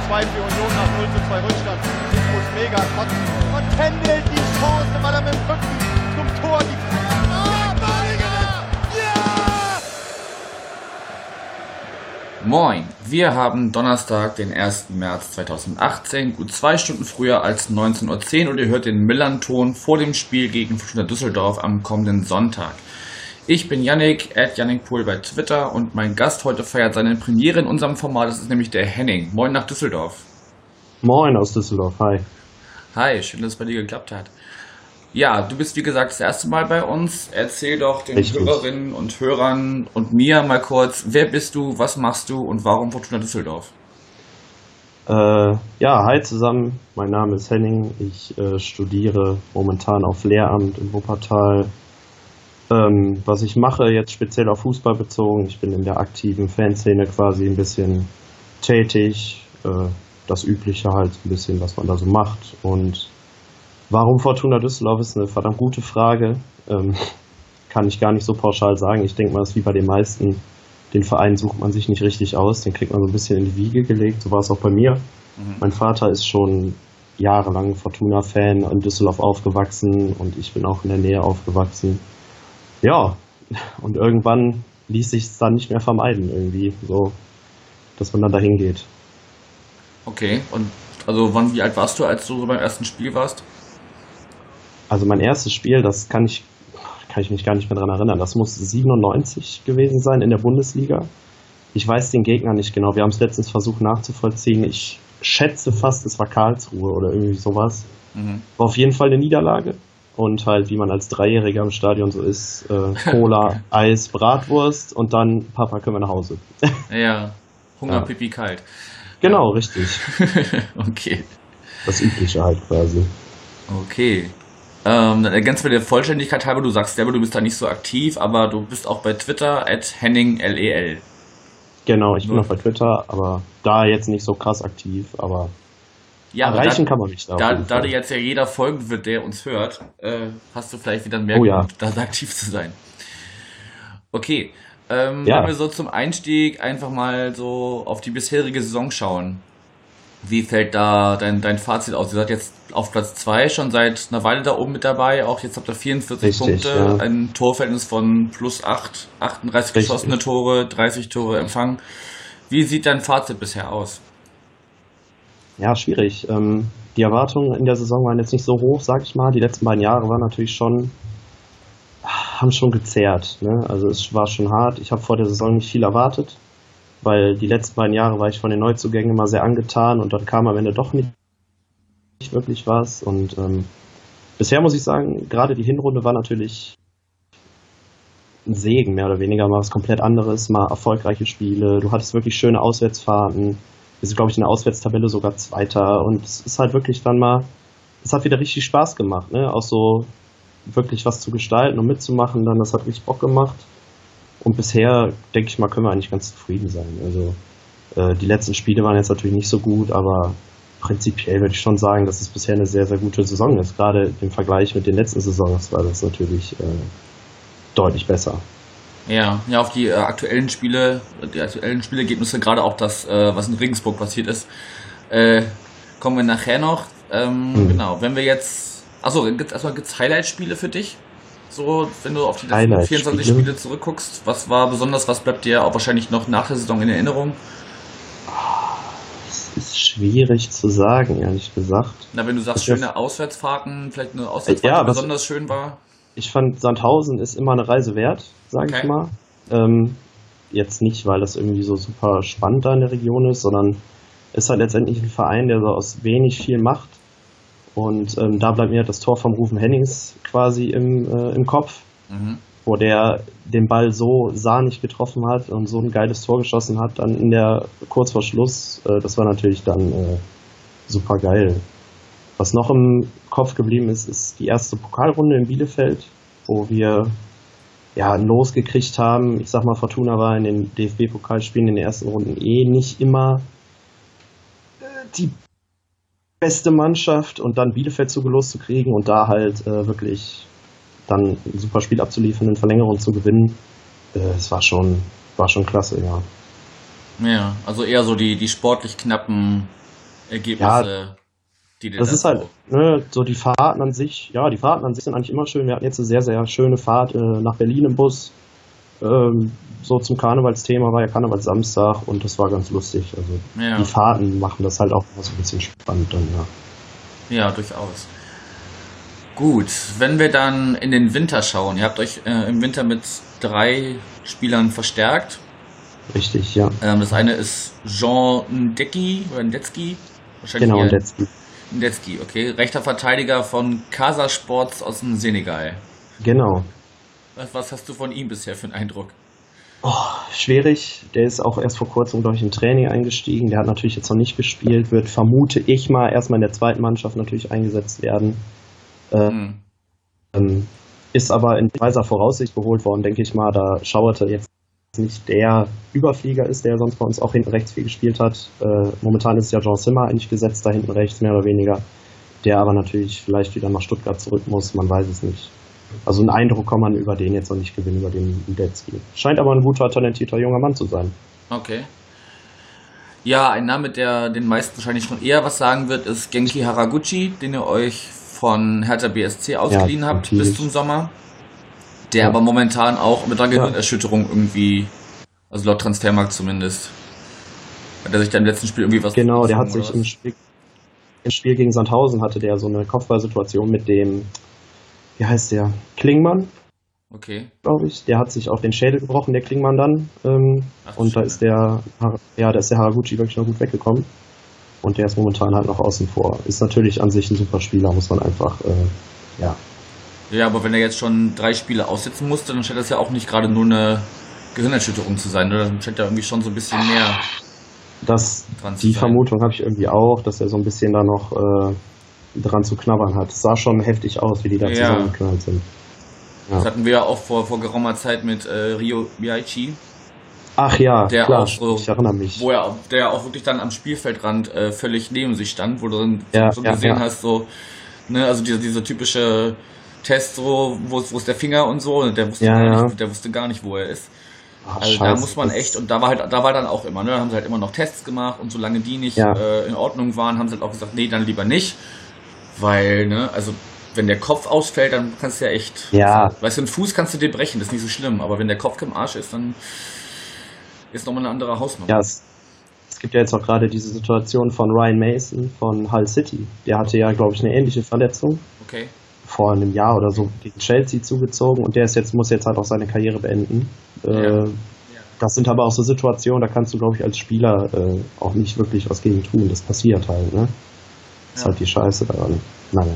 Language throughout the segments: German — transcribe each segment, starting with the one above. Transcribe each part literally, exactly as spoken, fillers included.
zwei für Union nach null zu zwei Rückstand. Infos mega kotzen und händelt die Chance, weil er mit dem Rücken zum Tor die... Oh, Balinger! Ja! Moin, wir haben Donnerstag, den ersten März zweitausendachtzehn, gut zwei Stunden früher als neunzehn Uhr zehn und ihr hört den Millern-Ton vor dem Spiel gegen Fortuna Düsseldorf am kommenden Sonntag. Ich bin Yannick, at yannickpohl bei Twitter und mein Gast heute feiert seine Premiere in unserem Format, das ist nämlich der Henning. Moin nach Düsseldorf. Moin aus Düsseldorf, hi. Hi, schön, dass es bei dir geklappt hat. Ja, du bist wie gesagt das erste Mal bei uns. Erzähl doch den Richtig. Hörerinnen und Hörern und mir mal kurz, wer bist du, was machst du und warum Fortuna Düsseldorf? Äh, ja, hi zusammen, mein Name ist Henning, ich äh, studiere momentan auf Lehramt in Wuppertal. Ähm, was ich mache, jetzt speziell auf Fußball bezogen, ich bin in der aktiven Fanszene quasi ein bisschen tätig, äh, das Übliche halt ein bisschen, was man da so macht. Und warum Fortuna Düsseldorf ist eine verdammt gute Frage, ähm, kann ich gar nicht so pauschal sagen. Ich denke mal, es ist wie bei den meisten, den Verein sucht man sich nicht richtig aus, den kriegt man so ein bisschen in die Wiege gelegt, so war es auch bei mir. Mhm. Mein Vater ist schon jahrelang Fortuna-Fan, in Düsseldorf aufgewachsen und ich bin auch in der Nähe aufgewachsen. Ja, und irgendwann ließ sich es dann nicht mehr vermeiden, irgendwie, so, dass man dann dahin geht. Okay, und also wann, wie alt warst du, als du so beim ersten Spiel warst? Also mein erstes Spiel, das kann ich, kann ich mich gar nicht mehr dran erinnern, das muss siebenundneunzig gewesen sein in der Bundesliga. Ich weiß den Gegner nicht genau, wir haben es letztens versucht nachzuvollziehen. Ich schätze fast, es war Karlsruhe oder irgendwie sowas. Mhm. War auf jeden Fall eine Niederlage. Und halt, wie man als Dreijähriger im Stadion so ist, äh, Cola, Eis, Bratwurst und dann, Papa, können wir nach Hause. Ja, Hunger, ja. Pipi, kalt. Genau, ja. Richtig. Okay. Das Übliche halt quasi. Okay. Ähm, dann ganz für der Vollständigkeit halber, du sagst selber, du bist da nicht so aktiv, aber du bist auch bei Twitter, at henninglel. Genau, ich bin auch bei Twitter, aber da jetzt nicht so krass aktiv, aber... Ja, erreichen da, kann man mich da. Da, da dir jetzt ja jeder folgen wird, der uns hört, äh, hast du vielleicht wieder mehr oh, ja. Grund, da aktiv zu sein. Okay, ähm, ja. wenn wir so zum Einstieg einfach mal so auf die bisherige Saison schauen. Wie fällt da dein, dein Fazit aus? Ihr seid jetzt auf Platz zwei schon seit einer Weile da oben mit dabei. Auch jetzt habt ihr vierundvierzig Richtig, Punkte, ja. ein Torverhältnis von plus acht, achtunddreißig Richtig. geschossene Tore, dreißig Tore empfangen. Wie sieht dein Fazit bisher aus? Ja, schwierig. Ähm, die Erwartungen in der Saison waren jetzt nicht so hoch, sag ich mal. Die letzten beiden Jahre waren natürlich schon, haben schon gezerrt. Ne? Also es war schon hart. Ich habe vor der Saison nicht viel erwartet, weil die letzten beiden Jahre war ich von den Neuzugängen immer sehr angetan und dann kam am Ende doch nicht, nicht wirklich was. Und ähm, bisher muss ich sagen, gerade die Hinrunde war natürlich ein Segen, mehr oder weniger. Mal was komplett anderes, mal erfolgreiche Spiele. Du hattest wirklich schöne Auswärtsfahrten. Wir sind, glaube ich, in der Auswärtstabelle sogar Zweiter und es ist halt wirklich dann mal, es hat wieder richtig Spaß gemacht, ne? Auch so wirklich was zu gestalten und mitzumachen, dann das hat richtig Bock gemacht und bisher, denke ich mal, können wir eigentlich ganz zufrieden sein. Also äh, die letzten Spiele waren jetzt natürlich nicht so gut, aber prinzipiell würde ich schon sagen, dass es bisher eine sehr, sehr gute Saison ist. Gerade im Vergleich mit den letzten Saisons war das natürlich äh, deutlich besser. Ja, ja, auf die äh, aktuellen Spiele, die aktuellen Spielergebnisse, gerade auch das, äh, was in Regensburg passiert ist, äh, kommen wir nachher noch. Ähm, hm. Genau, wenn wir jetzt, achso, gibt's erstmal gibt's Highlight-Spiele für dich? So, wenn du auf die letzten vierundzwanzig Spiele zurückguckst, was war besonders, was bleibt dir auch wahrscheinlich noch nach der Saison in Erinnerung? Das ist schwierig zu sagen, ehrlich gesagt. Na, wenn du sagst, schöne ja, Auswärtsfahrten, vielleicht eine Auswärtsfahrt, ja, die besonders schön war? Ich fand, Sandhausen ist immer eine Reise wert, sage okay. ich mal. Ähm, jetzt nicht, weil das irgendwie so super spannend da in der Region ist, sondern ist halt letztendlich ein Verein, der so aus wenig viel macht. Und ähm, da bleibt mir das Tor vom Rufen Hennings quasi im, äh, im Kopf, mhm. wo der den Ball so sahnig getroffen hat und so ein geiles Tor geschossen hat, dann in der kurz vor Schluss. Äh, das war natürlich dann äh, super geil. Was noch im Kopf geblieben ist, ist die erste Pokalrunde in Bielefeld, wo wir ja ein Los gekriegt haben. Ich sag mal, Fortuna war in den D F B-Pokalspielen in den ersten Runden eh nicht immer die beste Mannschaft und dann Bielefeld zugelost zu kriegen und da halt äh, wirklich dann ein super Spiel abzuliefern, in Verlängerung zu gewinnen, äh, das war schon, war schon klasse, ja. Ja, also eher so die, die sportlich knappen Ergebnisse, die dir Das das ist halt, so. ne, so die Fahrten an sich, ja, die Fahrten an sich sind eigentlich immer schön. Wir hatten jetzt eine sehr, sehr schöne Fahrt äh, nach Berlin im Bus. Ähm, so zum Karnevalsthema war ja Karnevalssamstag und das war ganz lustig. Also Ja. die Fahrten machen das halt auch immer so ein bisschen spannend dann, ja. Ja, durchaus. Gut, wenn wir dann in den Winter schauen, ihr habt euch äh, im Winter mit drei Spielern verstärkt. Richtig, ja. Ähm, das eine ist Jean Ndeki oder Ndetski. Wahrscheinlich Genau, eher und jetzt, Ndetski, okay. Rechter Verteidiger von Casa Sports aus dem Senegal. genau. Was, was hast du von ihm bisher für einen Eindruck? Oh, schwierig. Der ist auch erst vor kurzem, glaube ich, im Training eingestiegen. Der hat natürlich jetzt noch nicht gespielt, wird, vermute ich mal, erstmal in der zweiten Mannschaft natürlich eingesetzt werden. Äh, Hm. ähm, ist aber in weiser Voraussicht geholt worden, denke ich mal, da Schauerte jetzt nicht der Überflieger ist, der sonst bei uns auch hinten rechts viel gespielt hat. Äh, momentan ist ja Jean Zimmer eigentlich gesetzt, da hinten rechts mehr oder weniger. Der aber natürlich vielleicht wieder nach Stuttgart zurück muss, man weiß es nicht. Also einen Eindruck kann man über den jetzt noch nicht gewinnen, über den Ndetski. Scheint aber ein guter, talentierter junger Mann zu sein. Okay. Ja, ein Name, der den meisten wahrscheinlich schon eher was sagen wird, ist Genki Haraguchi, den ihr euch von Hertha B S C ausgeliehen habt natürlich. bis zum Sommer. Der Ja. aber momentan auch mit einer Ja. Gehirnerschütterung irgendwie, also laut Transfermarkt zumindest, hat er sich dann im letzten Spiel irgendwie was Genau, der hat gezogen, sich oder im was? Spiel, im Spiel gegen Sandhausen hatte der so eine Kopfballsituation mit dem, wie heißt der, Klingmann, Okay. glaube ich. Der hat sich auch den Schädel gebrochen, der Klingmann dann. Ähm, Ach, und da schön. ist der, Har- ja, da ist der Haraguchi wirklich noch gut weggekommen. Und der ist momentan halt noch außen vor. Ist natürlich an sich ein super Spieler, muss man einfach, äh, ja. Ja, aber wenn er jetzt schon drei Spiele aussetzen musste, dann scheint das ja auch nicht gerade nur eine Gehirnerschütterung zu sein, oder? Dann scheint da irgendwie schon so ein bisschen mehr Das, dran zu die sein. Vermutung habe ich irgendwie auch, dass er so ein bisschen da noch äh, dran zu knabbern hat. Es sah schon heftig aus, wie die da Ja. zusammengeknallt sind. Das Ja. hatten wir ja auch vor, vor geraumer Zeit mit äh, Rio Biaichi, Ach ja, der klar, auch so, ich erinnere mich. wo er, der auch wirklich dann am Spielfeldrand äh, völlig neben sich stand, wo du dann Ja, so ja, gesehen ja. hast, so, ne, also dieser, dieser typische Test, so, wo ist, wo ist der Finger und so, und der wusste, Ja, gar ja. nicht, der wusste gar nicht, wo er ist. Ach, Also da scheiße, muss man das- echt, und da war halt, da war dann auch immer, ne, da haben sie halt immer noch Tests gemacht und solange die nicht Ja. äh, in Ordnung waren, haben sie halt auch gesagt, nee, dann lieber nicht, weil, ne, also wenn der Kopf ausfällt, dann kannst du ja echt, Ja. weißt du, einen Fuß kannst du dir brechen, das ist nicht so schlimm, aber wenn der Kopf im Arsch ist, dann ist nochmal eine andere Hausnummer. Ja, es, es gibt ja jetzt auch gerade diese Situation von Ryan Mason von Hull City. Der hatte ja, glaube ich, eine ähnliche Verletzung Okay. vor einem Jahr oder so gegen Chelsea zugezogen und der ist jetzt, muss jetzt halt auch seine Karriere beenden. Ja. Äh, das sind aber auch so Situationen, da kannst du, glaube ich, als Spieler äh, auch nicht wirklich was gegen tun. Das passiert halt, ne? Das ist Ja. halt die Scheiße daran. Naja.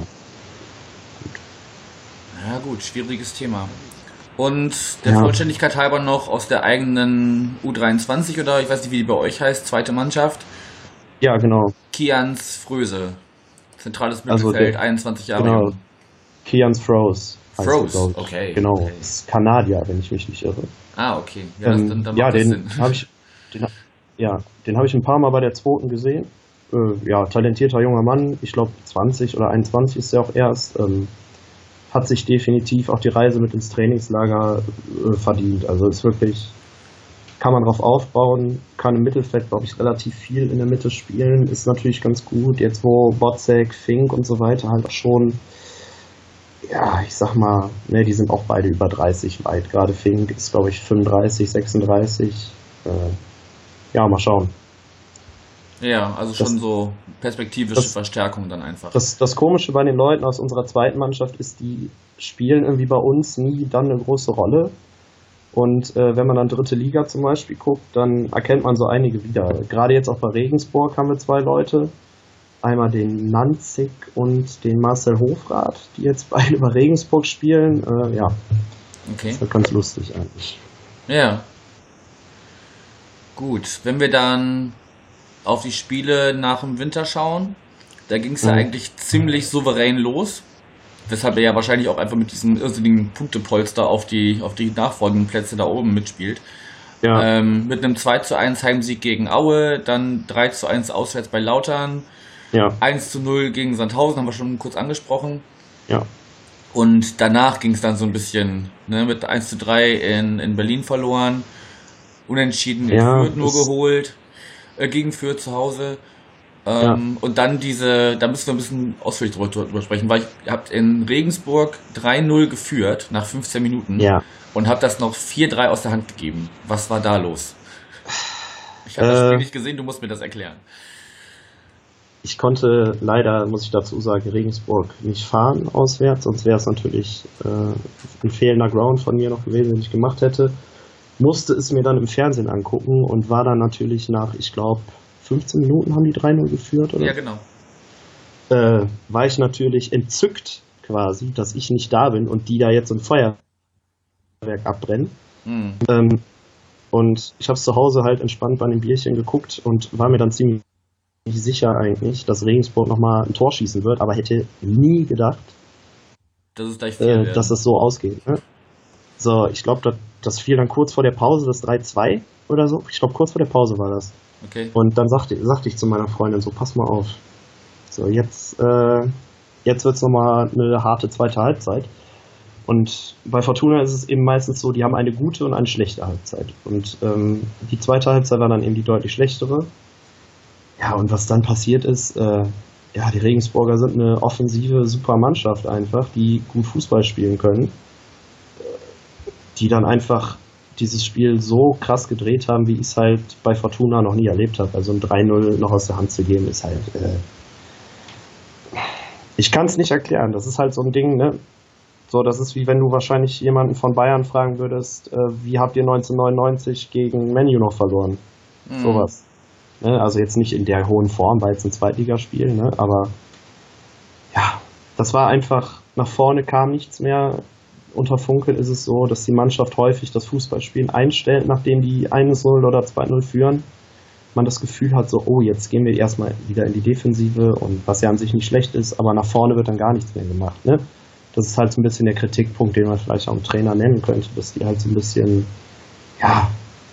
Ja gut, schwieriges Thema. Und der Ja. Vollständigkeit halber noch aus der eigenen U dreiundzwanzig oder ich weiß nicht, wie die bei euch heißt, zweite Mannschaft, Ja, genau. Kians Fröse. Zentrales Also Mittelfeld, der- einundzwanzig Jahre Genau. jung. Kians Froze. heißt er, Froze, glaub ich. okay, Genau. okay. Ist Kanadier, wenn ich mich nicht irre. Ah, okay. Ja, das, Ähm, dann, dann ja, macht das den Sinn. habe ich, den, ha- ja, den habe ich ein paar Mal bei der zweiten gesehen. Äh, ja, talentierter junger Mann. Ich glaube zwanzig oder einundzwanzig ist er auch erst. Ähm, hat sich definitiv auch die Reise mit ins Trainingslager äh, verdient. Also ist wirklich, kann man drauf aufbauen, kann im Mittelfeld, glaube ich, relativ viel in der Mitte spielen, ist natürlich ganz gut. Jetzt wo Botzek, Fink und so weiter halt auch schon, ja, ich sag mal, ne, die sind auch beide über dreißig weit. Gerade Fink ist, glaube ich, fünfunddreißig, sechsunddreißig. Äh, ja, mal schauen. Ja, also schon Das- so perspektivische das- Verstärkung dann einfach. Das, das Komische bei den Leuten aus unserer zweiten Mannschaft ist, die spielen irgendwie bei uns nie dann eine große Rolle. Und äh, wenn man dann dritte Liga zum Beispiel guckt, dann erkennt man so einige wieder. Gerade jetzt auch bei Regensburg haben wir zwei Leute. Einmal den Nanzig und den Marcel Hofrath, die jetzt beide bei Regensburg spielen. Äh, ja, Okay. ist halt ganz lustig eigentlich. Ja. Gut, wenn wir dann auf die Spiele nach dem Winter schauen, da ging es ja Mhm. eigentlich ziemlich souverän los. Weshalb er ja wahrscheinlich auch einfach mit diesem irrsinnigen Punktepolster auf die, auf die nachfolgenden Plätze da oben mitspielt. Ja, Ähm, mit einem zwei zu eins Heimsieg gegen Aue, dann drei zu eins auswärts bei Lautern, ja, eins zu null gegen Sandhausen, haben wir schon kurz angesprochen. ja. Und danach ging es dann so ein bisschen, ne, mit eins zu drei in, in Berlin verloren, unentschieden in Ja, Fürth nur das- geholt, äh, gegen Fürth zu Hause. Ähm, ja. Und dann diese, da müssen wir ein bisschen ausführlich drüber, drüber sprechen, weil ich, ihr habt in Regensburg drei null geführt nach fünfzehn Minuten ja. und habt das noch vier drei aus der Hand gegeben. Was war da los? Ich habe äh, das Spiel nicht gesehen, du musst mir das erklären. Ich konnte leider, muss ich dazu sagen, Regensburg nicht fahren auswärts, sonst wäre es natürlich äh, ein fehlender Ground von mir noch gewesen, den ich gemacht hätte. Musste es mir dann im Fernsehen angucken und war dann natürlich nach, ich glaube, fünfzehn Minuten haben die drei null geführt, oder? Ja, genau. Äh, war ich natürlich entzückt quasi, dass ich nicht da bin und die da jetzt ein Feuerwerk abbrennen. Mhm. Ähm, und ich habe es zu Hause halt entspannt bei einem Bierchen geguckt und war mir dann ziemlich sicher eigentlich, dass Regensburg nochmal ein Tor schießen wird, aber hätte nie gedacht, das ist gleich äh, dass es so ausgeht. Ne? So, ich glaube, das, das fiel dann kurz vor der Pause, das drei zwei oder so. Ich glaube, kurz vor der Pause war das. Okay. Und dann sagte, sagte ich zu meiner Freundin so, pass mal auf. So, jetzt, äh, jetzt wird es nochmal eine harte zweite Halbzeit. Und bei Fortuna ist es eben meistens so, die haben eine gute und eine schlechte Halbzeit. Und ähm, die zweite Halbzeit war dann eben die deutlich schlechtere. Ja, und was dann passiert ist, äh, ja, die Regensburger sind eine offensive, super Mannschaft einfach, die gut Fußball spielen können, die dann einfach dieses Spiel so krass gedreht haben, wie ich es halt bei Fortuna noch nie erlebt habe. Also ein drei null noch aus der Hand zu geben, ist halt... Äh, ich kann es nicht erklären, das ist halt so ein Ding, ne? So, das ist wie wenn du wahrscheinlich jemanden von Bayern fragen würdest, äh, wie habt ihr neunzehnhundertneunundneunzig gegen Man U noch verloren? Mhm. Sowas. Ne? Also jetzt nicht in der hohen Form, weil es ein Zweitligaspiel, ne? Aber ja, das war einfach, nach vorne kam nichts mehr. Unter Funkel ist es so, dass die Mannschaft häufig das Fußballspielen einstellt, nachdem die eins null oder zwei null führen. Man das Gefühl hat so, oh, jetzt gehen wir erstmal wieder in die Defensive und was ja an sich nicht schlecht ist, aber nach vorne wird dann gar nichts mehr gemacht, ne? Das ist halt so ein bisschen der Kritikpunkt, den man vielleicht auch einen Trainer nennen könnte, dass die halt so ein bisschen, ja,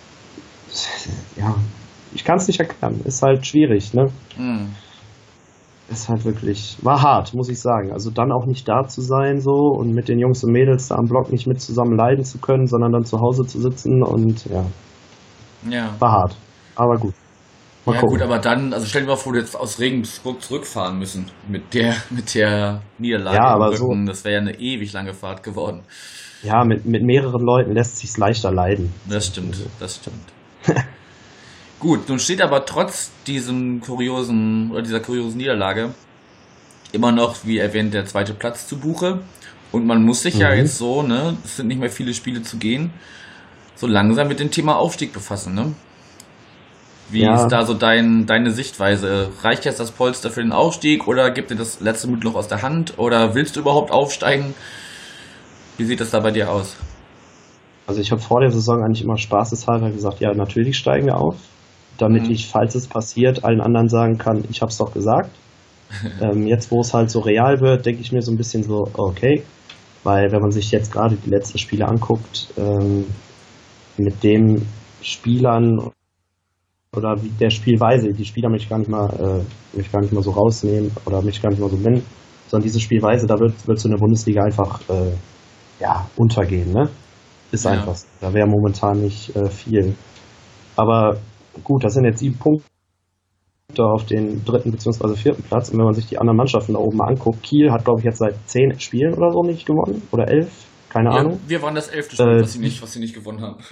ja, ich kann es nicht erklären, ist halt schwierig, ne? Mhm. Ist halt wirklich, war hart, muss ich sagen. Also dann auch nicht da zu sein so und mit den Jungs und Mädels da am Block nicht mit zusammen leiden zu können, sondern dann zu Hause zu sitzen und ja, ja. war hart, aber gut. Mal ja gucken. Gut, aber dann, also stell dir mal vor, du jetzt aus Regensburg zurückfahren müssen mit der mit der Niederlage ja, aber im Rücken. So, das wäre ja eine ewig lange Fahrt geworden. Ja, mit, mit mehreren Leuten lässt sich's leichter leiden. Das stimmt, das stimmt. Gut, nun steht aber trotz diesem kuriosen oder dieser kuriosen Niederlage immer noch, wie erwähnt, der zweite Platz zu Buche. Und man muss sich mhm. ja jetzt so, ne, es sind nicht mehr viele Spiele zu gehen, so langsam mit dem Thema Aufstieg befassen, ne? Wie ja. ist da so dein, deine Sichtweise? Reicht jetzt das Polster für den Aufstieg oder gibt dir das letzte Mutloch aus der Hand? Oder willst du überhaupt aufsteigen? Wie sieht das da bei dir aus? Also ich habe vor der Saison eigentlich immer spaßeshalber gesagt, ja, natürlich steigen wir auf, damit mhm. ich, falls es passiert, allen anderen sagen kann, ich habe es doch gesagt. ähm, jetzt, wo es halt so real wird, denke ich mir so ein bisschen so, okay, weil wenn man sich jetzt gerade die letzten Spiele anguckt, ähm, mit den Spielern oder wie der Spielweise, die Spieler möchte ich gar nicht mal, äh, möchte gar nicht mal so rausnehmen oder möchte gar nicht mal so nennen, sondern diese Spielweise, da wird wird so eine Bundesliga einfach äh, ja untergehen, ne? Ist ja. einfach so. Da wäre momentan nicht äh, viel. Aber gut, das sind jetzt sieben Punkte auf den dritten bzw. vierten Platz. Und wenn man sich die anderen Mannschaften da oben mal anguckt, Kiel hat, glaube ich, jetzt seit zehn Spielen oder so nicht gewonnen. Oder elf, keine ja, Ahnung. Wir waren das elfte Spiel, äh, was, sie nicht, was sie nicht gewonnen haben.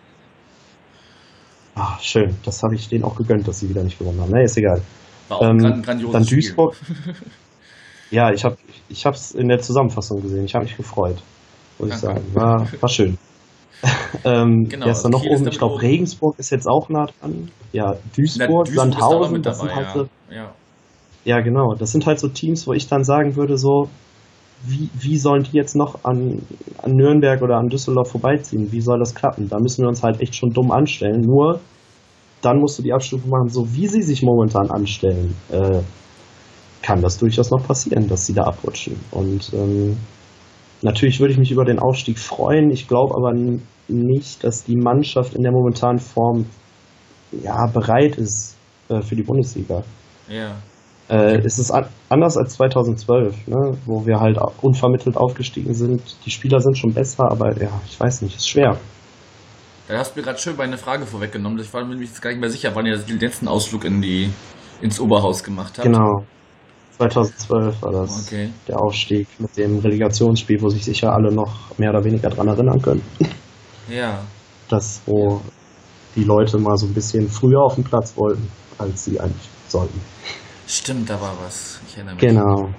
Ah, schön. Das habe ich denen auch gegönnt, dass sie wieder nicht gewonnen haben. Ne, ist egal. War auch ähm, ein grandioses dann Duisburg. Ja, ich habe ich es in der Zusammenfassung gesehen. Ich habe mich gefreut, muss ich sagen. War, war schön. ähm, genau, wer ist da noch Kiel oben? Ich glaube, Regensburg ist jetzt auch nah dran. Ja, Duisburg, Na, Duisburg Sandhausen, das dabei, sind halt ja. so. Ja. ja, genau. Das sind halt so Teams, wo ich dann sagen würde, so, wie, wie sollen die jetzt noch an, an Nürnberg oder an Düsseldorf vorbeiziehen? Wie soll das klappen? Da müssen wir uns halt echt schon dumm anstellen. Nur, dann musst du die Abstufung machen, so wie sie sich momentan anstellen, äh, kann das durchaus noch passieren, dass sie da abrutschen. Und ähm, natürlich würde ich mich über den Aufstieg freuen. Ich glaube aber n- nicht, dass die Mannschaft in der momentanen Form ja, bereit ist äh, für die Bundesliga. Ja. Äh, es ist an- anders als zweitausendzwölf, ne, wo wir halt unvermittelt aufgestiegen sind. Die Spieler sind schon besser, aber ja, ich weiß nicht, ist schwer. Da hast du mir gerade schön meine Frage vorweggenommen. Ich war mir jetzt gar nicht mehr sicher, wann ihr den letzten Ausflug in die ins Oberhaus gemacht habt. Genau. zweitausendzwölf war das, okay. Der Aufstieg mit dem Relegationsspiel, wo sich sicher alle noch mehr oder weniger dran erinnern können. Ja. Das, wo die Leute mal so ein bisschen früher auf den Platz wollten, als sie eigentlich sollten. Stimmt, da war was. Ich erinnere mich. Genau.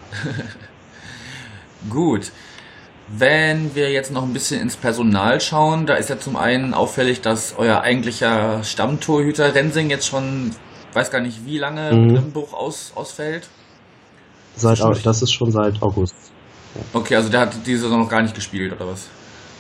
Gut. Wenn wir jetzt noch ein bisschen ins Personal schauen, da ist ja zum einen auffällig, dass euer eigentlicher Stammtorhüter Rensing jetzt schon, weiß gar nicht wie lange, Mhm. mit dem Bruch aus, ausfällt. Seit, schon- das ist schon seit August. Okay, also der hat diese Saison noch gar nicht gespielt, oder was?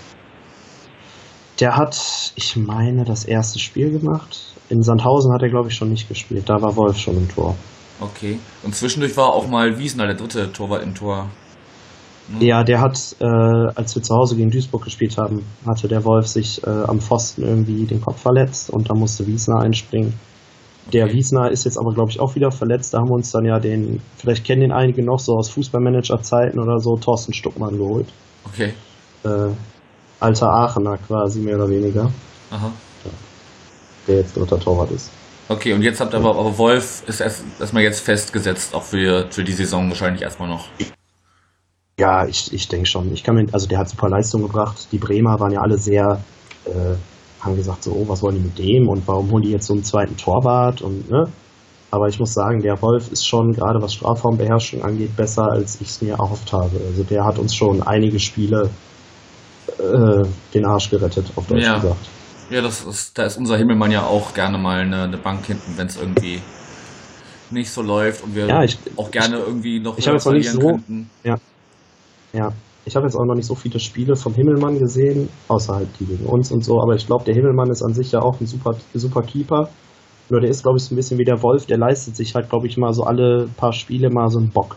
Der hat, ich meine, das erste Spiel gemacht. In Sandhausen hat er, glaube ich, schon nicht gespielt. Da war Wolf schon im Tor. Okay. Und zwischendurch war auch mal Wiesner, der dritte Torwart im Tor. Ja, der hat, äh, als wir zu Hause gegen Duisburg gespielt haben, hatte der Wolf sich äh, am Pfosten irgendwie den Kopf verletzt und da musste Wiesner einspringen. Der Okay. Wiesner ist jetzt aber, glaube ich, auch wieder verletzt. Da haben wir uns dann ja den, vielleicht kennen den einige noch so aus Fußballmanager-Zeiten oder so, Thorsten Stuckmann geholt. Okay. Äh, alter Aachener quasi, mehr oder weniger, Aha. der jetzt dritter Torwart ist. Okay, und jetzt habt ihr aber, aber Wolf ist erst erstmal jetzt festgesetzt, auch für, für die Saison wahrscheinlich erstmal noch. Ja, ich, ich denke schon. Ich kann mir, also der hat super Leistung gebracht. Die Bremer waren ja alle sehr, äh, haben gesagt so, oh, was wollen die mit dem und warum holen die jetzt so einen zweiten Torwart und ne? Aber ich muss sagen, der Wolf ist schon, gerade was Strafraumbeherrschung angeht, besser, als ich es mir erhofft habe. Also der hat uns schon einige Spiele äh, den Arsch gerettet, auf Deutsch Ja. gesagt. Ja, das ist, da ist unser Himmelmann ja auch gerne mal eine, eine Bank hinten, wenn es irgendwie nicht so läuft und wir Ja, ich- auch gerne irgendwie noch ich habe jetzt noch nicht verlieren so- könnten. Ja, ich habe jetzt auch noch nicht so viele Spiele vom Himmelmann gesehen, außer halt die gegen uns und so, aber ich glaube, der Himmelmann ist an sich ja auch ein super, super Keeper. Nur der ist, glaube ich, so ein bisschen wie der Wolf, der leistet sich halt, glaube ich, mal so alle paar Spiele mal so einen Bock.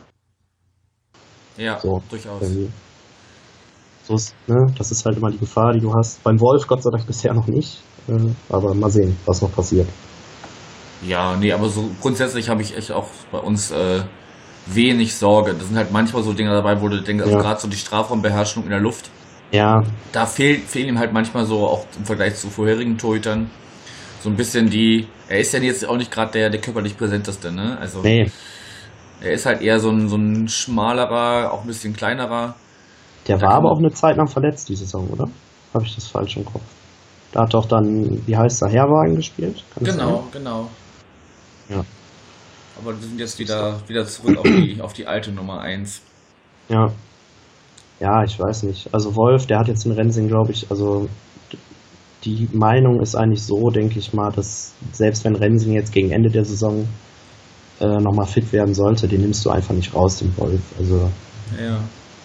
Ja, So, durchaus. irgendwie. So ist, ne, das ist halt immer die Gefahr, die du hast. Beim Wolf Gott sei Dank bisher noch nicht, äh, aber mal sehen, was noch passiert. Ja, nee, aber so grundsätzlich habe ich echt auch bei uns äh, wenig Sorge. Das sind halt manchmal so Dinge dabei, wo du denkst, also Ja. gerade so die Strafraumbeherrschung in der Luft, Ja, da fehlt, fehlen ihm halt manchmal so, auch im Vergleich zu vorherigen Torhütern, so ein bisschen die, er ist ja jetzt auch nicht gerade der, der körperlich präsenteste, ne? Also nee, er ist halt eher so ein, so ein schmalerer, auch ein bisschen kleinerer. der Da war kann aber man- auch eine Zeit lang verletzt, die Saison, oder? Habe ich das falsch im Kopf? Da hat doch dann, wie heißt der, Herwagen gespielt? Kann das Genau, genau. Ja. Aber wir sind jetzt wieder, wieder zurück auf die, auf die alte Nummer eins. sein? Ja. Ja, ich weiß nicht. Also Wolf, der hat jetzt in Rensing, glaube ich, also die Meinung ist eigentlich so, denke ich mal, dass selbst wenn Rensing jetzt gegen Ende der Saison äh, nochmal fit werden sollte, den nimmst du einfach nicht raus, den Wolf. Also Ja.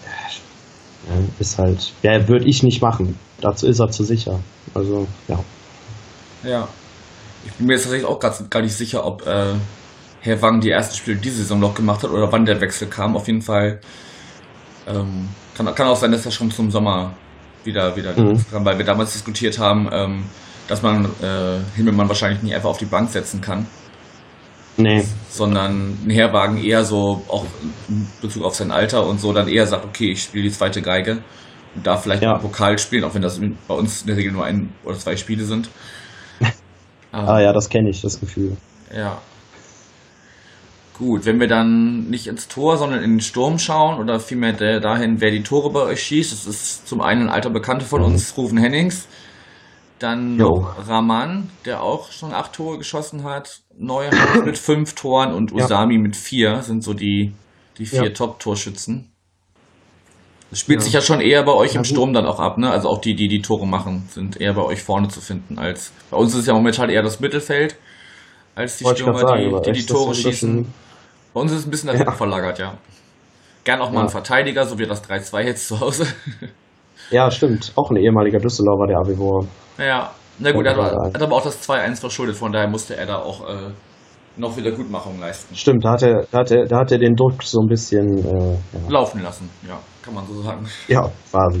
ja, ist halt, ja, würde ich nicht machen. Dazu ist er zu sicher. Also, ja. Ja. Ich bin mir jetzt tatsächlich auch grad, gar nicht sicher, ob äh, Herr Wang die ersten Spiele diese Saison noch gemacht hat oder wann der Wechsel kam. Auf jeden Fall ähm, kann, kann auch sein, dass er schon zum Sommer wieder, wieder Mhm. kam, weil wir damals diskutiert haben, ähm, dass man äh, Himmelmann wahrscheinlich nicht einfach auf die Bank setzen kann, Nee. sondern ein Herwagen eher so, auch in Bezug auf sein Alter und so, dann eher sagt, okay, ich spiele die zweite Geige und darf vielleicht Ja. mal Pokal spielen, auch wenn das bei uns in der Regel nur ein oder zwei Spiele sind. Ah ja, das kenne ich, das Gefühl. Ja. Gut, wenn wir dann nicht ins Tor, sondern in den Sturm schauen oder vielmehr der, dahin, wer die Tore bei euch schießt, das ist zum einen ein alter Bekannter von uns, Ruven Hennings, dann Jo. noch Rahman, der auch schon acht Tore geschossen hat, Neuhaus mit fünf Toren und Ja. Usami mit vier, sind so die, die vier Ja. Top-Torschützen. Das spielt Ja. sich ja schon eher bei euch Ja, im gut. Sturm dann auch ab, ne? Also auch die, die die Tore machen, sind eher bei euch vorne zu finden als, bei uns ist es ja momentan eher das Mittelfeld, als die Wollte ich Stürmer, grad sagen, die, aber die die echt, das Tore ist ein bisschen- schießen. Bei uns ist es ein bisschen nach Ja. hinten verlagert, ja. Gern auch mal Ja. ein Verteidiger, so wie das drei zwei jetzt zu Hause. Ja, stimmt. Auch ein ehemaliger Düsseldorfer, der Avivor. Ja, na gut, er Kommt hat, gerade ein. hat aber auch das zwei eins verschuldet, von daher musste er da auch äh, noch wieder Gutmachung leisten. Stimmt, da hat er, da hat er, da hat er den Druck so ein bisschen, äh, ja. Laufen lassen, ja, kann man so sagen. Ja, quasi.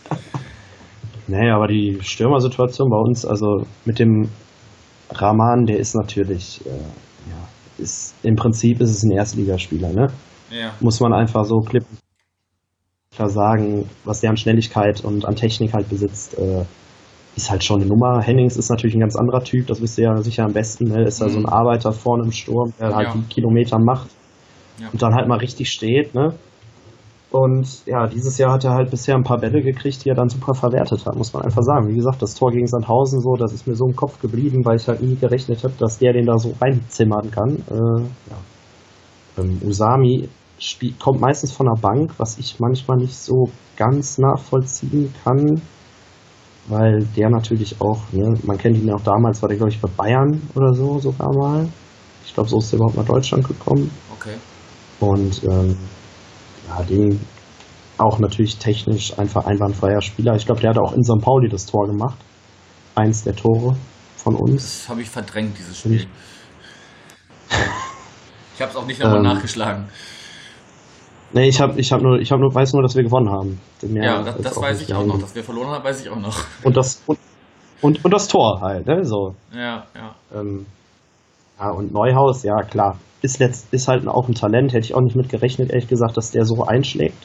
Naja, aber die Stürmersituation bei uns, also mit dem Rahman, der ist natürlich, äh, ja, ist, im Prinzip ist es ein Erstligaspieler, ne? Ja, Muss man einfach so klipp und klar sagen, was der an Schnelligkeit und an Technik halt besitzt, äh, ist halt schon eine Nummer. Hennings ist natürlich ein ganz anderer Typ, das wisst ihr ja sicher am besten. Ne? Ist ja so ein Arbeiter vorne im Sturm, der halt Ja. die Kilometer macht Ja. und dann halt mal richtig steht. Ne? Und ja, dieses Jahr hat er halt bisher ein paar Bälle gekriegt, die er dann super verwertet hat, muss man einfach sagen. Wie gesagt, das Tor gegen Sandhausen so, das ist mir so im Kopf geblieben, weil ich halt nie gerechnet habe, dass der den da so reinzimmern kann. Äh, ja. ähm, Usami spielt, kommt meistens von der Bank, was ich manchmal nicht so ganz nachvollziehen kann, weil der natürlich auch, ne, man kennt ihn ja auch damals, war der glaube ich bei Bayern oder so sogar mal. Ich glaube, so ist er überhaupt nach Deutschland gekommen. Okay. Und ähm, ja, den auch natürlich technisch einfach einwandfreier Spieler. Ich glaube, der hat auch in Sankt Pauli das Tor gemacht. Eins der Tore von uns. Das habe ich verdrängt, dieses Spiel. Ich habe es auch nicht nochmal Ähm, nachgeschlagen. Nee, ich habe ich hab nur, ich hab nur, weiß nur, dass wir gewonnen haben. Mehr Ja, das, ist das auch weiß nicht ich auch noch. hängen. Dass wir verloren haben, weiß ich auch noch. Und das, und, und, und das Tor halt, ne? So. Ja, ja. Ähm, ja, und Neuhaus, ja klar, ist, letzt, ist halt auch ein Talent, hätte ich auch nicht mit gerechnet, ehrlich gesagt, dass der so einschlägt.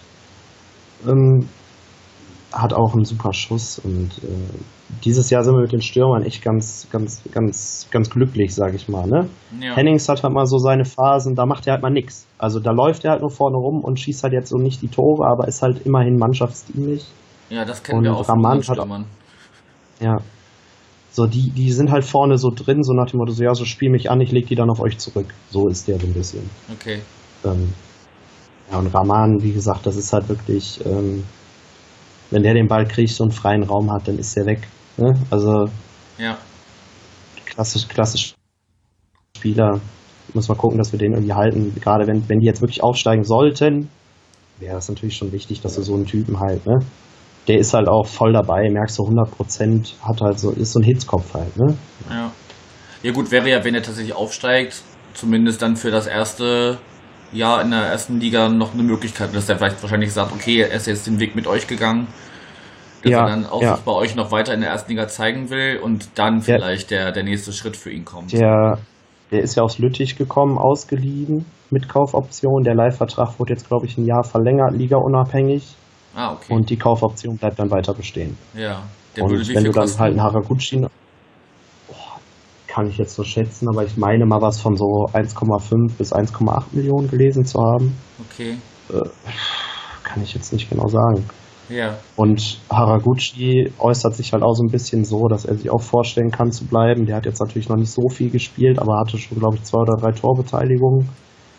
Ähm, hat auch einen super Schuss und äh, dieses Jahr sind wir mit den Stürmern echt ganz, ganz, ganz, ganz glücklich, sage ich mal. Ne? Ja. Hennings hat halt mal so seine Phasen, da macht er halt mal nix. Also da läuft er halt nur vorne rum und schießt halt jetzt so nicht die Tore, aber ist halt immerhin mannschaftsdienlich. Ja, das kennen Und wir auch von Raman unseren hat- Stürmern. Ja. So, die, die sind halt vorne so drin, so nach dem Motto, so ja, so spiel mich an, ich leg die dann auf euch zurück. So ist der so ein bisschen. Okay. Ähm, ja, und Rahman, wie gesagt, das ist halt wirklich, ähm, wenn der den Ball kriegt, so einen freien Raum hat, dann ist der weg. Ne? Also Ja. klassisch, klassisch Spieler. Muss mal gucken, dass wir den irgendwie halten. Gerade wenn, wenn die jetzt wirklich aufsteigen sollten, wäre das natürlich schon wichtig, dass du so einen Typen halt, ne? Der ist halt auch voll dabei, merkst du hundert Prozent, hat halt so, ist so ein Hitzkopf halt, ne? Ja. Ja gut, wäre ja, wenn er tatsächlich aufsteigt, zumindest dann für das erste Jahr in der ersten Liga noch eine Möglichkeit, dass er vielleicht wahrscheinlich sagt, okay, er ist jetzt den Weg mit euch gegangen, dass Ja, er dann auch ja. sich bei euch noch weiter in der ersten Liga zeigen will und dann vielleicht der, der nächste Schritt für ihn kommt. Der, der ist ja aus Lüttich gekommen, ausgeliehen, mit Kaufoption. Der Leihvertrag wurde jetzt, glaube ich, ein Jahr verlängert, ligaunabhängig. Ah, okay. Und die Kaufoption bleibt dann weiter bestehen. ja. Der Und würde wie wenn viel du dann kosten? halt einen Haraguchi, boah, kann ich jetzt so schätzen, aber ich meine mal was von so eins Komma fünf bis eins Komma acht Millionen gelesen zu haben. Okay. Äh, kann ich jetzt nicht genau sagen. Ja. Und Haraguchi äußert sich halt auch so ein bisschen so, dass er sich auch vorstellen kann zu bleiben. Der hat jetzt natürlich noch nicht so viel gespielt, aber hatte schon, glaube ich, zwei oder drei Torbeteiligungen.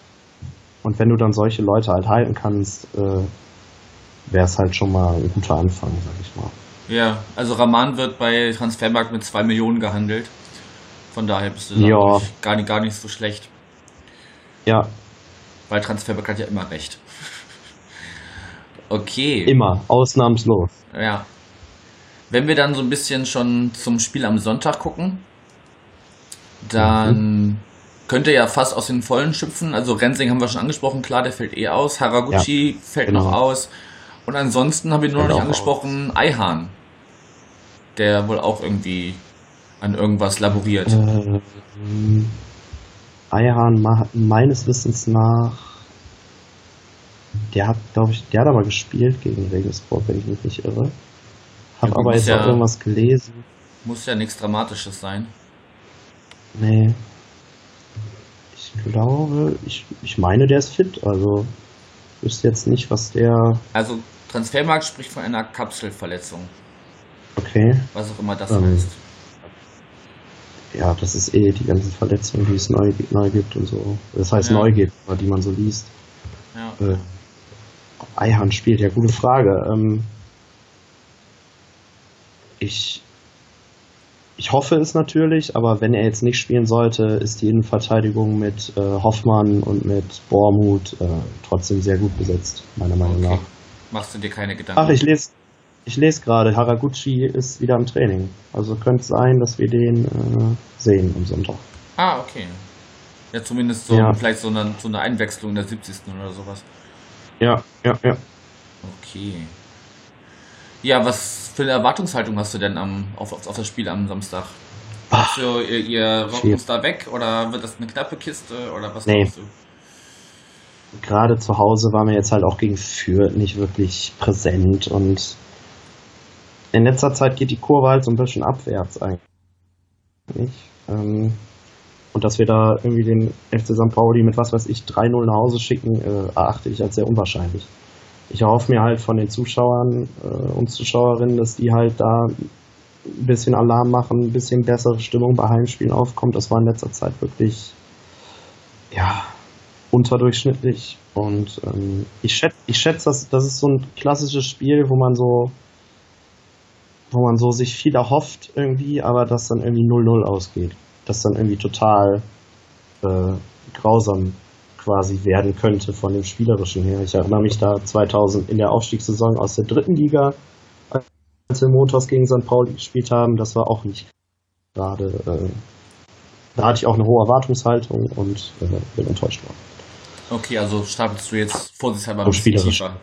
Und wenn du dann solche Leute halt halten kannst, äh, wäre es halt schon mal ein guter Anfang, sag ich mal. Ja, also Rahman wird bei Transfermarkt mit zwei Millionen gehandelt. Von daher bist du da Ja. glaub ich, gar, nicht, gar nicht so schlecht. Ja, Weil Transfermarkt hat ja immer recht. Okay. immer, ausnahmslos. Ja. Wenn wir dann so ein bisschen schon zum Spiel am Sonntag gucken, dann könnte ja fast aus den Vollen schöpfen. Also Rensing haben wir schon angesprochen, klar, der fällt eh aus. Haraguchi fällt genau. noch aus. Und ansonsten haben wir nur noch Fällt nicht auch angesprochen, Ayhan. Der wohl auch irgendwie an irgendwas laboriert. Ähm, Ayhan, ma- meines Wissens nach, der hat, glaube ich, der hat aber gespielt gegen Regensburg, wenn ich mich nicht irre. Hab Ja, gut, aber muss jetzt ja- auch irgendwas gelesen. Muss ja nichts Dramatisches sein. Nee. Ich glaube, ich, ich meine, der ist fit. Also, ich wüsste jetzt nicht, was der. Also Transfermarkt spricht von einer Kapselverletzung. Okay. Was auch immer das Ähm. heißt. Ja, das ist eh die ganzen Verletzungen, die es neu, neu gibt und so. Das heißt, Ja. neu gibt, aber die man so liest. Ja. Äh, ob Ayhan spielt, ja, gute Frage. Ähm, ich, ich hoffe es natürlich, aber wenn er jetzt nicht spielen sollte, ist die Innenverteidigung mit äh, Hoffmann und mit Bormuth äh, trotzdem sehr gut besetzt, meiner Meinung Okay. nach. Machst du dir keine Gedanken? Ach, ich lese ich lese gerade, Haraguchi ist wieder im Training. Also könnte es sein, dass wir den äh, sehen am Sonntag. Ah, okay. Ja, zumindest so Ja. vielleicht so eine, so eine Einwechslung in der siebzigsten oder sowas. Ja, ja, ja. Okay. Ja, was für eine Erwartungshaltung hast du denn am, auf, auf, auf das Spiel am Samstag? Hast du, ihr, ihr rockt Schwierig. uns da weg oder wird das eine knappe Kiste oder was Nee. glaubst du? Gerade zu Hause war mir jetzt halt auch gegen Fürth nicht wirklich präsent und in letzter Zeit geht die Kurve halt so ein bisschen abwärts eigentlich. Ähm, und dass wir da irgendwie den F C Sankt Pauli mit, was weiß ich, drei null nach Hause schicken, äh, erachte ich als sehr unwahrscheinlich. Ich erhoffe mir halt von den Zuschauern äh, und Zuschauerinnen, dass die halt da ein bisschen Alarm machen, ein bisschen bessere Stimmung bei Heimspielen aufkommt. Das war in letzter Zeit wirklich, ja, unterdurchschnittlich. Und ähm, ich schätze, ich schätze, das, das ist so ein klassisches Spiel, wo man so wo man so sich viel erhofft irgendwie, aber das dann irgendwie null null ausgeht. Das dann irgendwie total äh, grausam quasi werden könnte von dem Spielerischen her. Ich erinnere mich da zweitausend in der Aufstiegssaison aus der dritten Liga, als wir montags gegen Sankt Pauli gespielt haben, das war auch nicht gerade, äh, da hatte ich auch eine hohe Erwartungshaltung und äh, bin enttäuscht worden. Okay, also stapelst du jetzt vorsichtshalber ein So bisschen spielerisch. tiefer.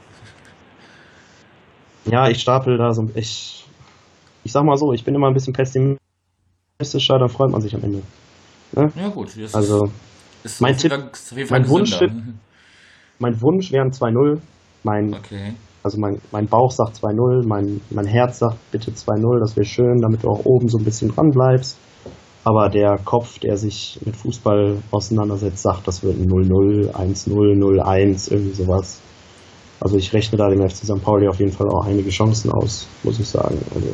Ja, ich stapel da so, ich, ich sag mal so, ich bin immer ein bisschen pessimistischer, dann freut man sich am Ende. Ne? Ja gut, das Also, ist mein auf Tipp- jeden Fall- ist auf jeden Fall mein Wunsch- gesünder. mein Wunsch wären zwei null, mein, Okay. also mein, mein Bauch sagt zwei null, mein, mein Herz sagt bitte zwei null, das wäre schön, damit du auch oben so ein bisschen dran bleibst. Aber der Kopf, der sich mit Fußball auseinandersetzt, sagt, das wird ein null null, eins null, null eins, irgendwie sowas. Also ich rechne da dem F C Sankt Pauli auf jeden Fall auch einige Chancen aus, muss ich sagen. Also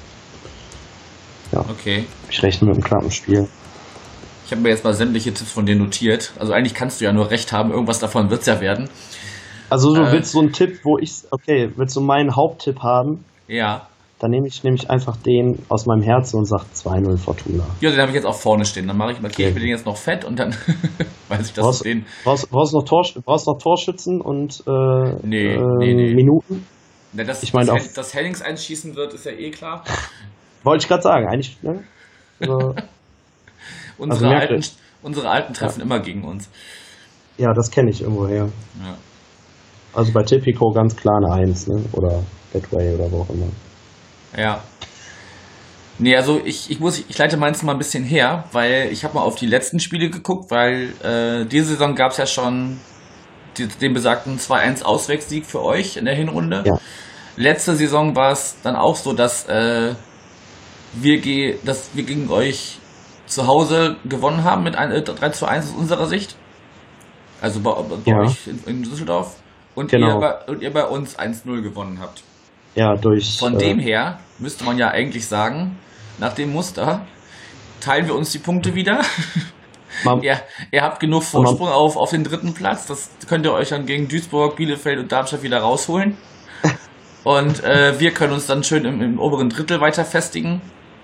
Okay. ich rechne mit einem knappen Spiel. Ich habe mir jetzt mal sämtliche Tipps von dir notiert. Also eigentlich kannst du ja nur recht haben, irgendwas davon wird es ja werden. Also du Äh. willst so einen Tipp, wo ich, okay, willst du meinen Haupttipp haben? Ja. Dann nehme ich nämlich einfach den aus meinem Herzen und sage zwei null Fortuna. Ja, den habe ich jetzt auch vorne stehen. Dann mache ich, markiere ich mir Okay. den jetzt noch fett und dann weiß ich, dass Brauchst, du den. brauchst, brauchst, noch Tor, brauchst noch Torschützen und äh, Nee, ähm, nee, nee. Minuten? Na, dass, Ich meine dass, auch- Hen- dass Hennings einschießen wird, ist ja eh klar. Wollte ich gerade sagen, eigentlich. Ne? Also, Unsere, merkt alten, ihr- unsere Alten treffen immer gegen uns. ja, das kenne ich irgendwoher. Ja. Also bei Tipico ganz klar eine eins, ne? Oder Betway oder wo auch immer. Ja. Nee, also ich, ich muss, ich leite meins mal ein bisschen her, weil ich habe mal auf die letzten Spiele geguckt, weil äh, diese Saison gab es ja schon die, den besagten zwei eins Auswärtssieg für euch in der Hinrunde. Ja. Letzte Saison war es dann auch so, dass, äh, wir, ge dass wir gegen euch zu Hause gewonnen haben mit ein, äh, drei zu eins aus unserer Sicht. Also bei, bei Ja. euch in, in Düsseldorf. Und, Genau. ihr bei, und ihr bei uns eins null gewonnen habt. Ja, durch. Von äh, dem her müsste man ja eigentlich sagen, nach dem Muster teilen wir uns die Punkte wieder. man, ihr, ihr habt genug Vorsprung auf, auf den dritten Platz. Das könnt ihr euch dann gegen Duisburg, Bielefeld und Darmstadt wieder rausholen. Und äh, wir können uns dann schön im, im oberen Drittel weiter festigen.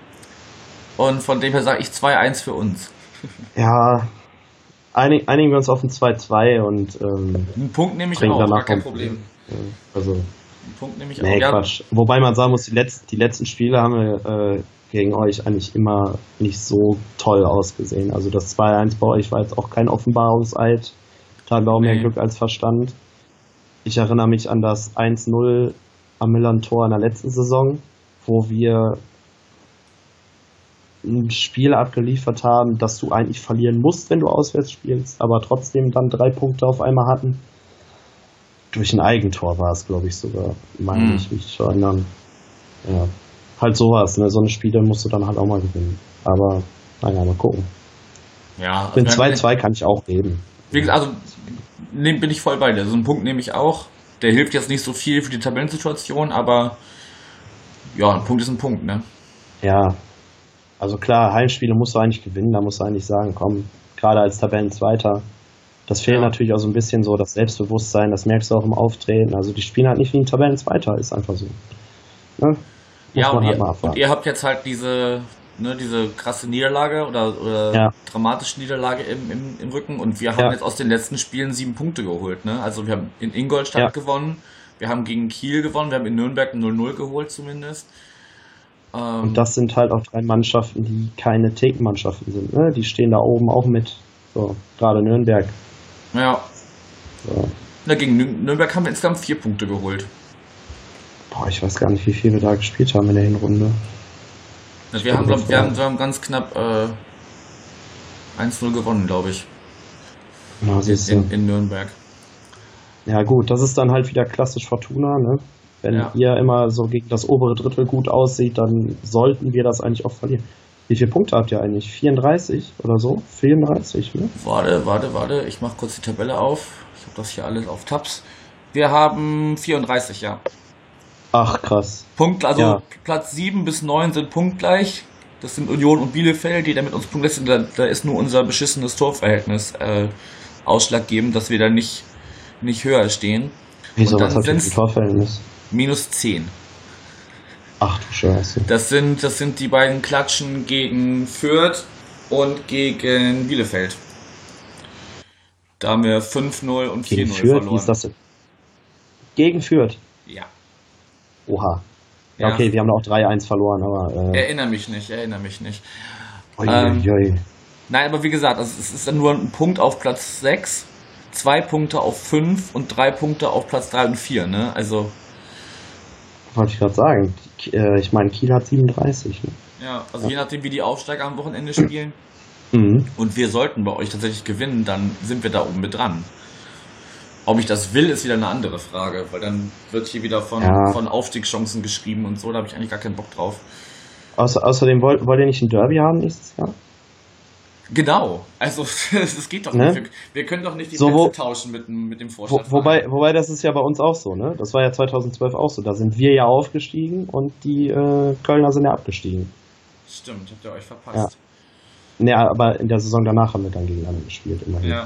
Und von dem her sage ich zwei eins für uns. ja, einig, einigen wir uns auf ein zwei zwei und ähm, Einen Punkt nehme ich bringen auch, gar danach kein noch- Problem. äh, also Einen Punkt nehme ich nee, auch. Ja, Quatsch. Wobei man sagen muss, die letzten, die letzten Spiele haben wir äh, gegen euch eigentlich immer nicht so toll ausgesehen. Also das zwei eins bei euch war jetzt auch kein Offenbarungseid. Da haben wir auch mehr Nee. Glück als Verstand. Ich erinnere mich an das eins null am Millern-Tor in der letzten Saison, wo wir ein Spiel abgeliefert haben, das du eigentlich verlieren musst, wenn du auswärts spielst, aber trotzdem dann drei Punkte auf einmal hatten. Durch ein Eigentor war es, glaube ich, sogar, meine Mhm. ich, mich zu erinnern. Ja, halt sowas, ne? So eine Spiele musst du dann halt auch mal gewinnen. Aber, naja, mal gucken. ja Den also, zwei zwei kann ich auch leben. Wie gesagt, also nehm, bin ich voll bei dir. So einen Punkt nehme ich auch. Der hilft jetzt nicht so viel für die Tabellensituation, aber ja, ein Punkt ist ein Punkt, ne? Ja, also klar, Heimspiele musst du eigentlich gewinnen, da musst du eigentlich sagen, komm, gerade als Tabellenzweiter, das fehlt Ja. natürlich auch so ein bisschen so, das Selbstbewusstsein, das merkst du auch im Auftreten, also die spielen halt nicht wie ein Tabellenzweiter, ist einfach so. Ne? Muss Ja, man und halt ihr, mal und abwarten. ihr habt jetzt halt diese, ne, diese krasse Niederlage oder, oder Ja. dramatische Niederlage im, im, im Rücken und wir haben Ja. jetzt aus den letzten Spielen sieben Punkte geholt, ne? Also wir haben in Ingolstadt Ja. gewonnen, wir haben gegen Kiel gewonnen, wir haben in Nürnberg ein null null geholt zumindest. Ähm, Und das sind halt auch drei Mannschaften, die keine Thekenmannschaften sind, ne? Die stehen da oben auch mit, so, gerade Nürnberg. ja, So. na, gegen Nür- Nürnberg haben wir insgesamt vier Punkte geholt. Boah, ich weiß gar nicht, wie viel wir da gespielt haben in der Hinrunde. Na, wir, haben, glaub, wir, haben, wir haben ganz knapp äh, eins null gewonnen, glaube ich, Na, in, siehst du. in, in Nürnberg. Ja gut, das ist dann halt wieder klassisch Fortuna, ne? Wenn Ja. ihr immer so gegen das obere Drittel gut aussieht, dann sollten wir das eigentlich auch verlieren. Wie viele Punkte habt ihr eigentlich? vierunddreißig oder so? vierunddreißig, ne? Warte, warte, warte. Ich mache kurz die Tabelle auf. Ich habe das hier alles auf Tabs. Wir haben vierunddreißig, ja. Ach, krass. Punkt, also Ja. Platz sieben bis neun sind punktgleich. Das sind Union und Bielefeld, die da mit uns punktgleich sind. Da, da ist nur unser beschissenes Torverhältnis äh, ausschlaggebend, dass wir da nicht, nicht höher stehen. Wieso, Und dann was hat ihr für sind's- ein Torverhältnis? Minus zehn. Ach du Scheiße. Das sind, das sind die beiden Klatschen gegen Fürth und gegen Bielefeld. Da haben wir fünf null und vier Gegen null Fürth, wie verloren. ist das denn? Gegen Fürth? Ja. Oha. Ja, Ja. okay, wir haben da auch drei eins verloren, aber... Äh, Erinnere mich nicht, erinnere mich nicht. ui, ähm, ui, ui. Nein, aber wie gesagt, also es ist dann nur ein Punkt auf Platz sechs, zwei Punkte auf fünf und drei Punkte auf Platz drei und vier, ne? Also, Wollte ich gerade sagen. Ki- äh, Ich meine, Kiel hat siebenunddreißig. Ne? ja, also je nachdem, wie die Aufsteiger am Wochenende spielen Mhm. und wir sollten bei euch tatsächlich gewinnen, dann sind wir da oben mit dran. Ob ich das will, ist wieder eine andere Frage, weil dann wird hier wieder von, Ja. von Aufstiegschancen geschrieben und so, da habe ich eigentlich gar keinen Bock drauf. Außer, außerdem wollt, wollt ihr nicht ein Derby haben nächstes Jahr? Genau, also es geht doch Ne? nicht. Wir, wir können doch nicht die So, Plätze wo- tauschen mit, dem- mit dem Wo, Vorstand. wobei, wobei, das ist ja bei uns auch so, ne? Das war ja zweitausendzwölf auch so. Da sind wir ja aufgestiegen und die äh, Kölner sind ja abgestiegen. Stimmt, habt ihr euch verpasst. Ne, aber in der Saison danach haben wir dann gegeneinander gespielt, immerhin. Ja.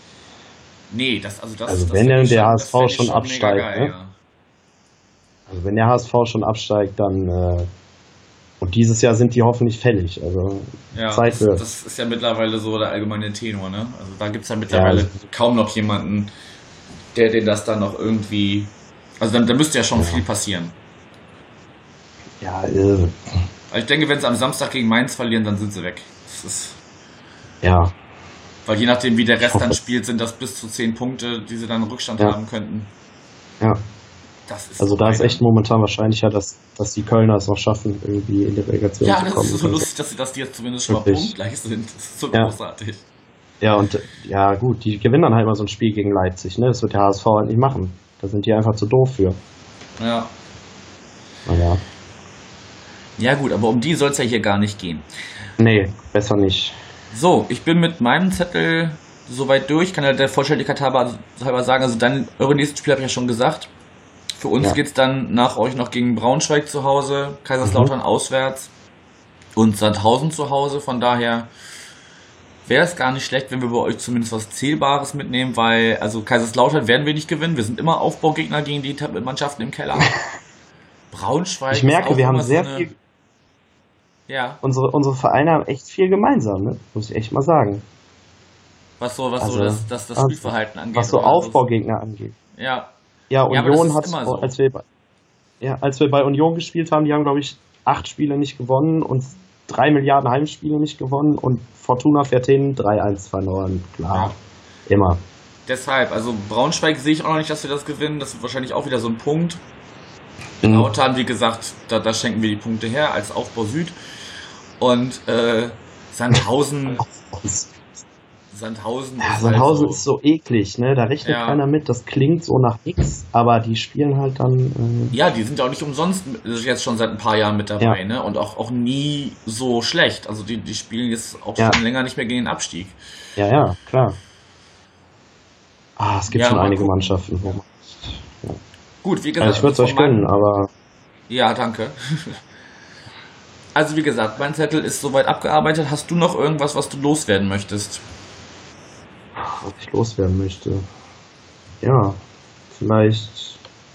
Nee, das, also das Also das wenn fänd dann ich der schon- H S das V fänd ich schon mega absteigt, geil, ne? ja. Also wenn der H S V schon absteigt, dann äh, und dieses Jahr sind die hoffentlich fällig. Also Ja, Zeit das, wird. das ist ja mittlerweile so der allgemeine Tenor, ne? Also da gibt es ja mittlerweile Ja. kaum noch jemanden, der den das dann noch irgendwie. Also dann, da müsste ja schon Ja. viel passieren. Ja, äh, Also ich denke, wenn sie am Samstag gegen Mainz verlieren, dann sind sie weg. Das ist, ja. weil je nachdem, wie der Rest hoffe dann es. spielt, sind das bis zu zehn Punkte, die sie dann Rückstand Ja. haben könnten. Ja. Das ist Also so da ist eine- echt momentan wahrscheinlicher, dass, dass die Kölner es noch schaffen, irgendwie in die Relegation Ja, zu das kommen. ist so lustig, dass, sie, dass die jetzt zumindest schon mal Wirklich. punktgleich sind. Das ist so Ja. großartig. Ja, und äh, ja gut, die gewinnen dann halt mal so ein Spiel gegen Leipzig, ne? Das wird der H S V halt nicht machen. Da sind die einfach zu doof für. Ja. Naja. Ja gut, aber um die soll es ja hier gar nicht gehen. Nee, besser nicht. So, ich bin mit meinem Zettel soweit durch. Kann ja der Vollständigkeit halber, halber sagen, also dann, eure nächsten Spiele habe ich ja schon gesagt. Für uns Ja. geht's dann nach euch noch gegen Braunschweig zu Hause, Kaiserslautern Mhm. auswärts und Sandhausen zu Hause. Von daher wäre es gar nicht schlecht, wenn wir bei euch zumindest was Zählbares mitnehmen, weil, also Kaiserslautern werden wir nicht gewinnen. Wir sind immer Aufbaugegner gegen die Tab- Mannschaften im Keller. Braunschweig Ich merke, ist auch wir haben immer so sehr eine- viel, Ja, unsere, unsere Vereine haben echt viel gemeinsam, ne? Muss ich echt mal sagen. was so, was so Also, das, das, das also, Spielverhalten angeht. Was so oder Aufbaugegner angeht. Ja, Ja, Ja, aber das Union ist hat, immer so. als wir, bei- ja, als wir bei Union gespielt haben, die haben, glaube ich, acht Spiele nicht gewonnen und drei Milliarden Heimspiele nicht gewonnen und Fortuna fährt hin, drei eins verloren. Klar, immer. deshalb, also Braunschweig sehe ich auch noch nicht, dass wir das gewinnen. Das wird wahrscheinlich auch wieder so ein Punkt. Mhm. Lautern, wie gesagt, da, da schenken wir die Punkte her als Aufbau Süd. Und äh, Sandhausen, Sandhausen Ja, ist Sandhausen halt ist so eklig, ne? Da rechnet Ja. keiner mit, das klingt so nach nix, aber die spielen halt dann. Äh, Ja, die sind ja auch nicht umsonst mit- jetzt schon seit ein paar Jahren mit dabei, Ja. ne? Und auch, auch nie so schlecht. Also die, die spielen jetzt auch Ja. schon länger nicht mehr gegen den Abstieg. ja, ja, klar. Ah, es gibt Ja, schon mal einige gucken. Mannschaften, wo man. Gut, wie gesagt, Also ich würde es von euch gönnen, meinem- aber Ja, danke. Also wie gesagt, mein Zettel ist soweit abgearbeitet. Hast du noch irgendwas, was du loswerden möchtest? was ich loswerden möchte. Ja, vielleicht.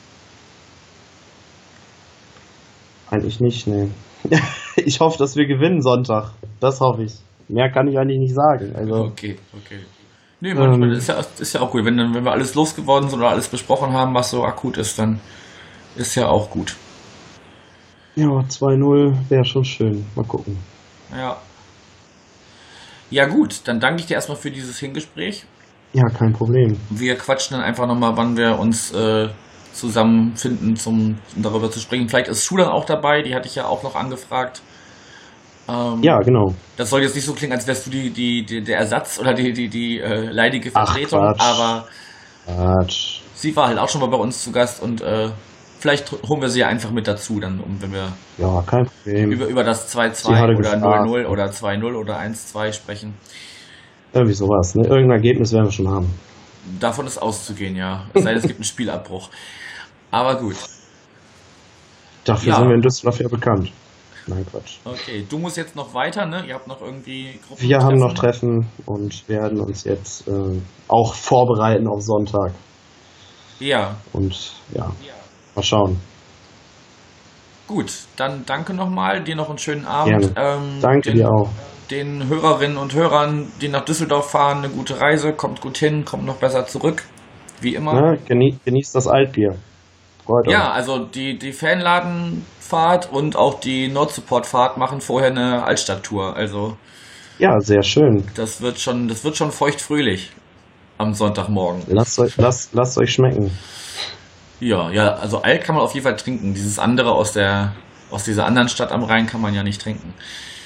Eigentlich nicht, ne. Ich hoffe, dass wir gewinnen Sonntag. Das hoffe ich. Mehr kann ich eigentlich nicht sagen. Also, Okay, okay. Nee, manchmal Ähm. ist, ja, ist ja auch gut. Wenn, dann, wenn wir alles losgeworden sind oder alles besprochen haben, was so akut ist, dann ist ja auch gut. ja, zwei null wäre schon schön. Mal gucken. Ja. Ja gut, dann danke ich dir erstmal für dieses Hingespräch. Ja, kein Problem. Wir quatschen dann einfach nochmal, wann wir uns äh, zusammenfinden, zum, um darüber zu sprechen. Vielleicht ist Schuh dann auch dabei, die hatte ich ja auch noch angefragt. Ähm, Ja, genau. Das soll jetzt nicht so klingen, als wärst du die, die, die, der Ersatz oder die, die, die äh, leidige Ach, Vertretung, Quatsch. aber Quatsch. sie war halt auch schon mal bei uns zu Gast und äh, Vielleicht holen wir sie ja einfach mit dazu, dann, um, wenn wir Ja, kein Problem. über, über das zwei Sie zwei hatte oder gefragt. null null oder zwei null oder eins zwei sprechen. Irgendwie sowas, ne? Irgendein Ergebnis werden wir schon haben. Davon ist auszugehen, ja. Es sei denn, es gibt einen Spielabbruch. Aber gut. Dafür Ja. sind wir in Düsseldorf ja bekannt. Nein, Quatsch. Okay, du musst jetzt noch weiter, ne? Ihr habt noch irgendwie Gruppen. Wir haben noch Treffen und werden uns jetzt äh, auch vorbereiten auf Sonntag. Ja, Und ja, mal schauen. gut. Dann danke nochmal. Dir noch einen schönen Abend. Ähm, Danke den, dir auch. Den Hörerinnen und Hörern, die nach Düsseldorf fahren, eine gute Reise. Kommt gut hin, kommt noch besser zurück. Wie immer. Ne? Genie genießt das Altbier. Freut Ja, euch. also die, die Fanladenfahrt und auch die Nord-Support-Fahrt machen vorher eine Altstadttour. Also Ja, sehr schön. das wird schon, das wird schon feuchtfröhlich am Sonntagmorgen. Lasst euch, lasst, lasst euch schmecken. Ja, ja, also Alt kann man auf jeden Fall trinken. Dieses andere aus der, aus dieser anderen Stadt am Rhein kann man ja nicht trinken.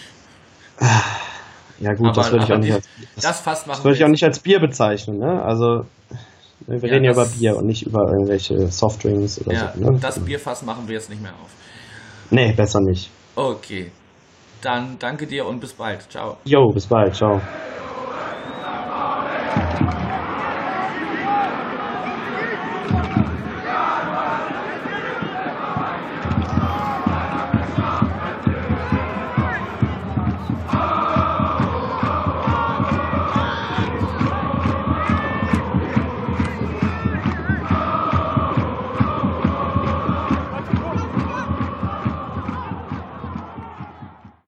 Ja gut, das Aber- würde ich auch aber nicht die- als, das, Das Fass machen das würde ich wir auch nicht als Bier bezeichnen. Ne? Also wir Ja, reden ja über das- Bier und nicht über irgendwelche Softdrinks oder Ja, so. Ne? das Bierfass machen wir jetzt nicht mehr auf. Nee, besser nicht. Okay. Dann danke dir und bis bald. Ciao. Jo, bis bald. Ciao.